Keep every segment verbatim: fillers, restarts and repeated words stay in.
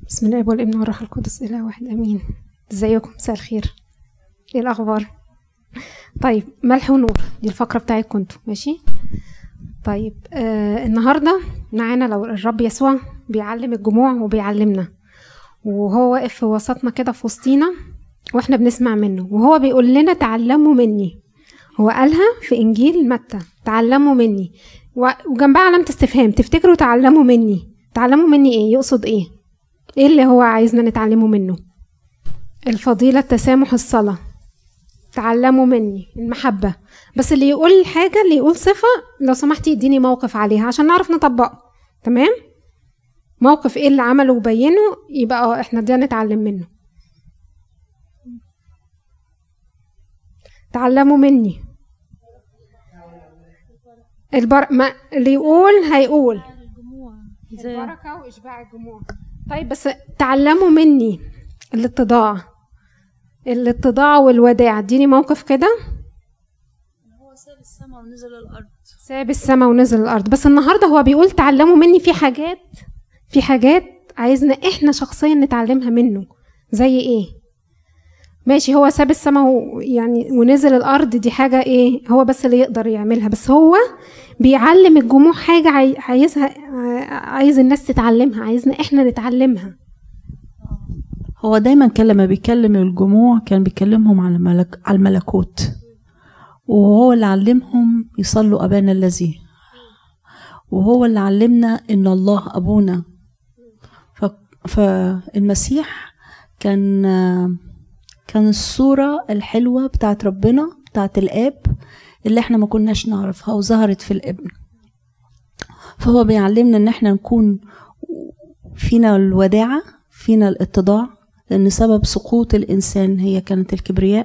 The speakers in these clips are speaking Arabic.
بسم الله والابن والروح القدس اله واحد امين. ازيكم؟ مساء الخير، ايه الاخبار؟ طيب، ملح ونور دي الفقره بتاعتكم انتوا، ماشي؟ طيب، آه النهارده معانا لو الرب يسوع بيعلم الجموع وبيعلمنا، وهو واقف في وسطنا كده في وسطينا واحنا بنسمع منه، وهو بيقول لنا تعلموا مني. هو قالها في انجيل متى، تعلموا مني، وجنبها علامه استفهام. تفتكروا تعلموا مني، تعلموا مني ايه؟ يقصد ايه؟ ايه اللي هو عايزنا نتعلمه منه؟ الفضيله، التسامح، الصلاه. تعلموا مني المحبه. بس اللي يقول حاجه، اللي يقول صفه، لو سمحتي اديني موقف عليها عشان نعرف نطبقه. تمام؟ موقف ايه اللي عمله وبينه، يبقى احنا ده نتعلم منه. تعلموا مني البر... ما اللي يقول هيقول البركه واشباع الجموع. طيب، بس تعلموا مني الاتضاع، الاتضاع والوداع. اديني موقف كده. هو ساب السماء ونزل الارض. ساب السماء ونزل الارض. بس النهارده هو بيقول تعلموا مني في حاجات، في حاجات عايزنا احنا شخصيا نتعلمها منه. زي ايه؟ ماشي، هو ساب السماء و... يعني ونزل الارض، دي حاجه ايه؟ هو بس اللي يقدر يعملها. بس هو بيعلم الجموع حاجه عاي... عايزها، عايز الناس تتعلمها، عايزنا احنا نتعلمها. هو دايما كان لما بيكلم الجموع كان بيكلمهم على الملك... على الملكوت، وهو اللي علمهم يصلوا ابانا الذي، وهو اللي علمنا ان الله ابونا. ف... فالمسيح كان كان الصورة الحلوة بتاعت ربنا، بتاعت الآب اللي احنا ما كناش نعرفها وظهرت في الابن. فهو بيعلمنا ان احنا نكون فينا الوداعة، فينا الاتضاع، لان سبب سقوط الانسان هي كانت الكبرياء.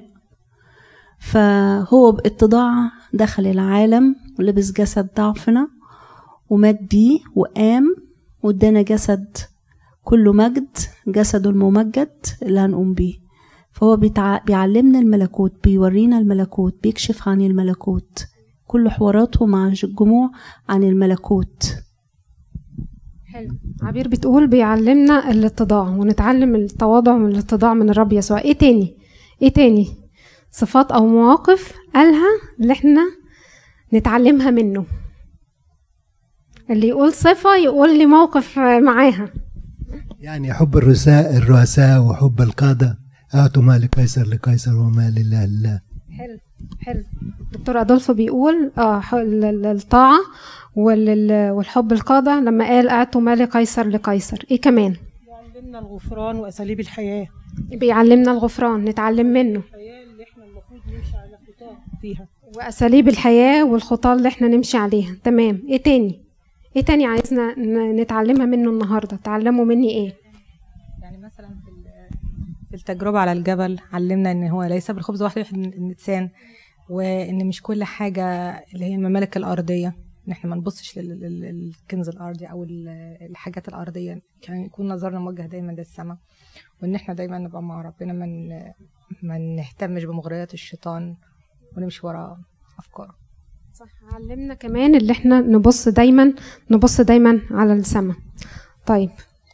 فهو باتضاع دخل العالم ولبس جسد ضعفنا ومات بيه وقام وادانا جسد كله مجد، جسده الممجد اللي هنقوم بيه. فهو بيتع... بيعلمنا الملكوت، بيورينا الملكوت، بيكشف عن الملكوت. كل حواراته مع الجموع عن الملكوت. حلو. عبير بتقول بيعلمنا الاتضاع، ونتعلم التواضع والاتضاع من الرب يسوع. ايه تاني؟ ايه تاني صفات او مواقف قالها اللي احنا نتعلمها منه؟ اللي يقول صفة يقول لي موقف معاها. يعني حب الرؤساء الرؤساء وحب القادة. اعطوا ما لقيصر لقيصر وما لله لله. حلو حلو. دكتور أدولفو بيقول اه الطاعة والحب القادة لما قال اعطوا ما لقيصر لقيصر. ايه كمان؟ بيعلمنا الغفران واساليب الحياة. بيعلمنا الغفران، نتعلم منه. الحياة اللي احنا المفروض نمشي على خطاه فيها. واساليب الحياة والخطاه اللي احنا نمشي عليها. تمام. ايه تاني؟ ايه تاني عايزنا نتعلمها منه النهارده؟ تعلموا مني ايه؟ يعني مثلا في في التجربه على الجبل علمنا ان هو ليس بالخبز وحده يحيي الانسان، وان مش كل حاجه اللي هي الممالك الارضيه، ان احنا ما نبصش للكنز الارضي او الحاجات الارضيه، كان يكون نظرنا موجه دايما للسماء، وان احنا دايما نبقى مع ربنا، من ما نهتمش بمغريات الشيطان ونمشي ورا افكاره. صح. علمنا كمان اللي احنا نبص دايما نبص دايما على السماء. طيب،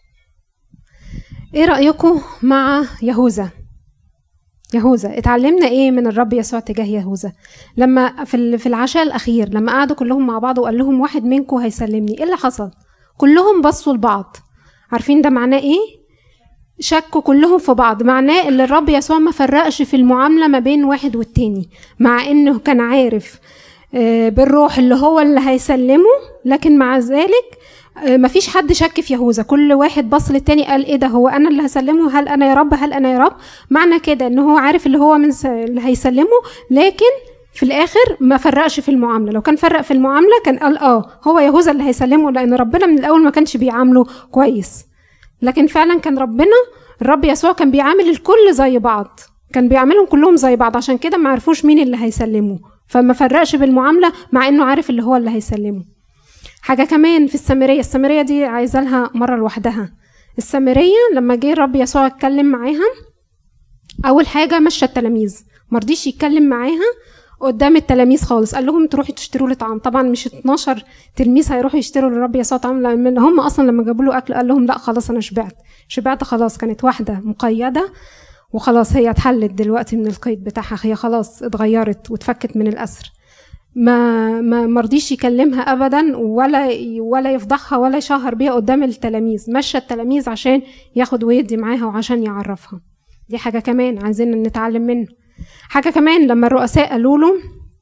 ايه رأيكم مع يهوذا؟ يهوذا اتعلمنا ايه من الرب يسوع تجاه يهوذا؟ لما في في العشاء الاخير لما قعدوا كلهم مع بعض وقال لهم واحد منكم هيسلمني، ايه اللي حصل؟ كلهم بصوا لبعض. عارفين ده معناه ايه؟ شكوا كلهم في بعض. معناه ان الرب يسوع ما فرقش في المعاملة ما بين واحد والتاني، مع انه كان عارف بالروح اللي هو اللي هيسلمه، لكن مع ذلك مفيش حد شك في يهوذا. كل واحد بص للتاني قال ايه ده، هو انا اللي هسلمه؟ هل انا يا رب؟ هل انا يا رب؟ معنى كده ان هو عارف اللي هو من اللي هيسلمه، لكن في الاخر ما فرقش في المعامله. لو كان فرق في المعامله كان قال اه هو يهوذا اللي هيسلمه، لان ربنا من الاول ما كانش بيعامله كويس. لكن فعلا كان ربنا الرب يسوع كان بيعامل الكل زي بعض، كان بيعاملهم كلهم زي بعض، عشان كده ما عرفوش مين اللي هيسلمه، فما فرقش بالمعامله مع انه عارف اللي هو اللي هيسلمه. حاجه كمان في السامريه، السامريه دي عايزه لها مره لوحدها. السامريه لما جه الرب يسوع اتكلم معاها، اول حاجه مشى التلاميذ، ما رضيش يتكلم معاها قدام التلاميذ خالص، قال لهم تروحوا تشتروا لي طعام. طبعا مش اتناشر تلميذ هيروحوا يشتروا للرب يسوع طعام، لان هم اصلا لما جابوا له اكل قال لهم لا خلاص انا شبعت شبعت خلاص. كانت واحده مقيده وخلاص هي اتحلت دلوقتي من القيد بتاعها، هي خلاص اتغيرت واتفكت من الاسر. ما ما مرضيش يكلمها ابدا ولا ولا يفضحها ولا يشهر بيها قدام التلاميذ، مشى التلاميذ عشان ياخد ويدي معاها وعشان يعرفها. دي حاجه كمان عايزين نتعلم منه. حاجه كمان لما الرؤساء قالوا له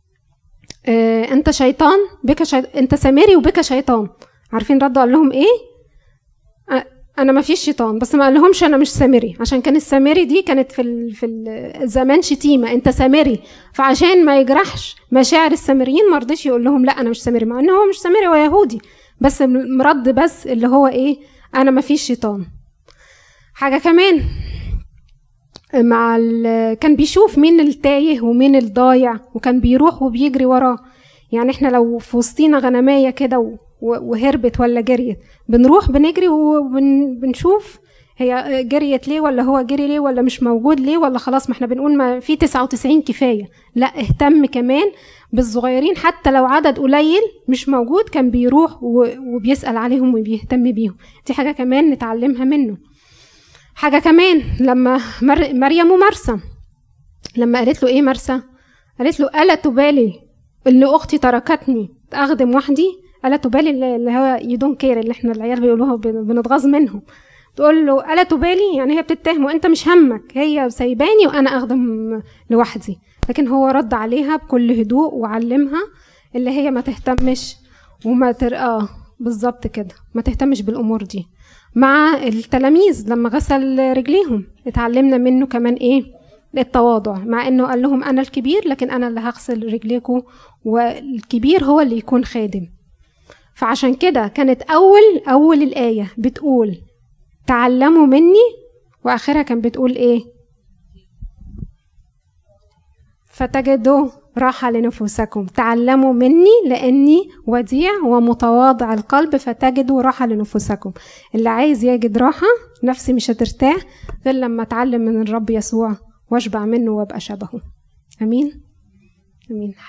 اه انت شيطان بك شيطان، انت سامري وبك شيطان، عارفين رد قال لهم ايه؟ اه انا ما فيش شيطان، بس ما قال لهمش انا مش سامري، عشان كان السامري دي كانت في ال... في الزمان شتيمه، انت سامري، فعشان ما يجرحش مشاعر السامريين ما رضيش يقول لهم لا انا مش سامري، مع انه هو مش سامري، هو يهودي، بس مرد بس اللي هو ايه انا ما فيش شيطان. حاجه كمان مع ال... كان بيشوف مين التايه ومين الضايع وكان بيروح وبيجري وراه. يعني احنا لو في وسطينا غنمايه كده و... وهربت ولا جريت بنروح بنجري وبنشوف هي جريت ليه ولا هو جري ليه ولا مش موجود ليه، ولا خلاص ما احنا بنقول ما في تسعة وتسعين كفاية. لا، اهتم كمان بالصغيرين حتى لو عدد قليل مش موجود، كان بيروح وبيسأل عليهم وبيهتم بيهم. دي حاجة كمان نتعلمها منه. حاجة كمان لما مر... مريم ومرسى لما قالت له ايه مرسى، قالت له ألا تبالي ان اختي تركتني اخدم وحدي؟ ألا تبالي اللي هو يدون كير اللي احنا العيال بيقولوها بنتغاظ منهم. تقول له ألا تبالي يعني هي بتتهمه انت مش همك، هي سايباني وانا اخدم لوحدي. لكن هو رد عليها بكل هدوء وعلمها اللي هي ما تهتمش وما ترقى بالظبط كده، ما تهتمش بالامور دي. مع التلاميذ لما غسل رجليهم اتعلمنا منه كمان ايه؟ التواضع، مع انه قال لهم انا الكبير لكن انا اللي هغسل رجليكم، والكبير هو اللي يكون خادم. فعشان كده كانت اول اول الايه بتقول تعلموا مني، واخرها كان بتقول ايه؟ فتجدوا راحه لنفوسكم. تعلموا مني لاني وديع ومتواضع القلب فتجدوا راحه لنفوسكم. اللي عايز يجد راحه، نفسي مش هترتاح غير لما اتعلم من الرب يسوع واشبع منه وابقى شبهه. امين امين.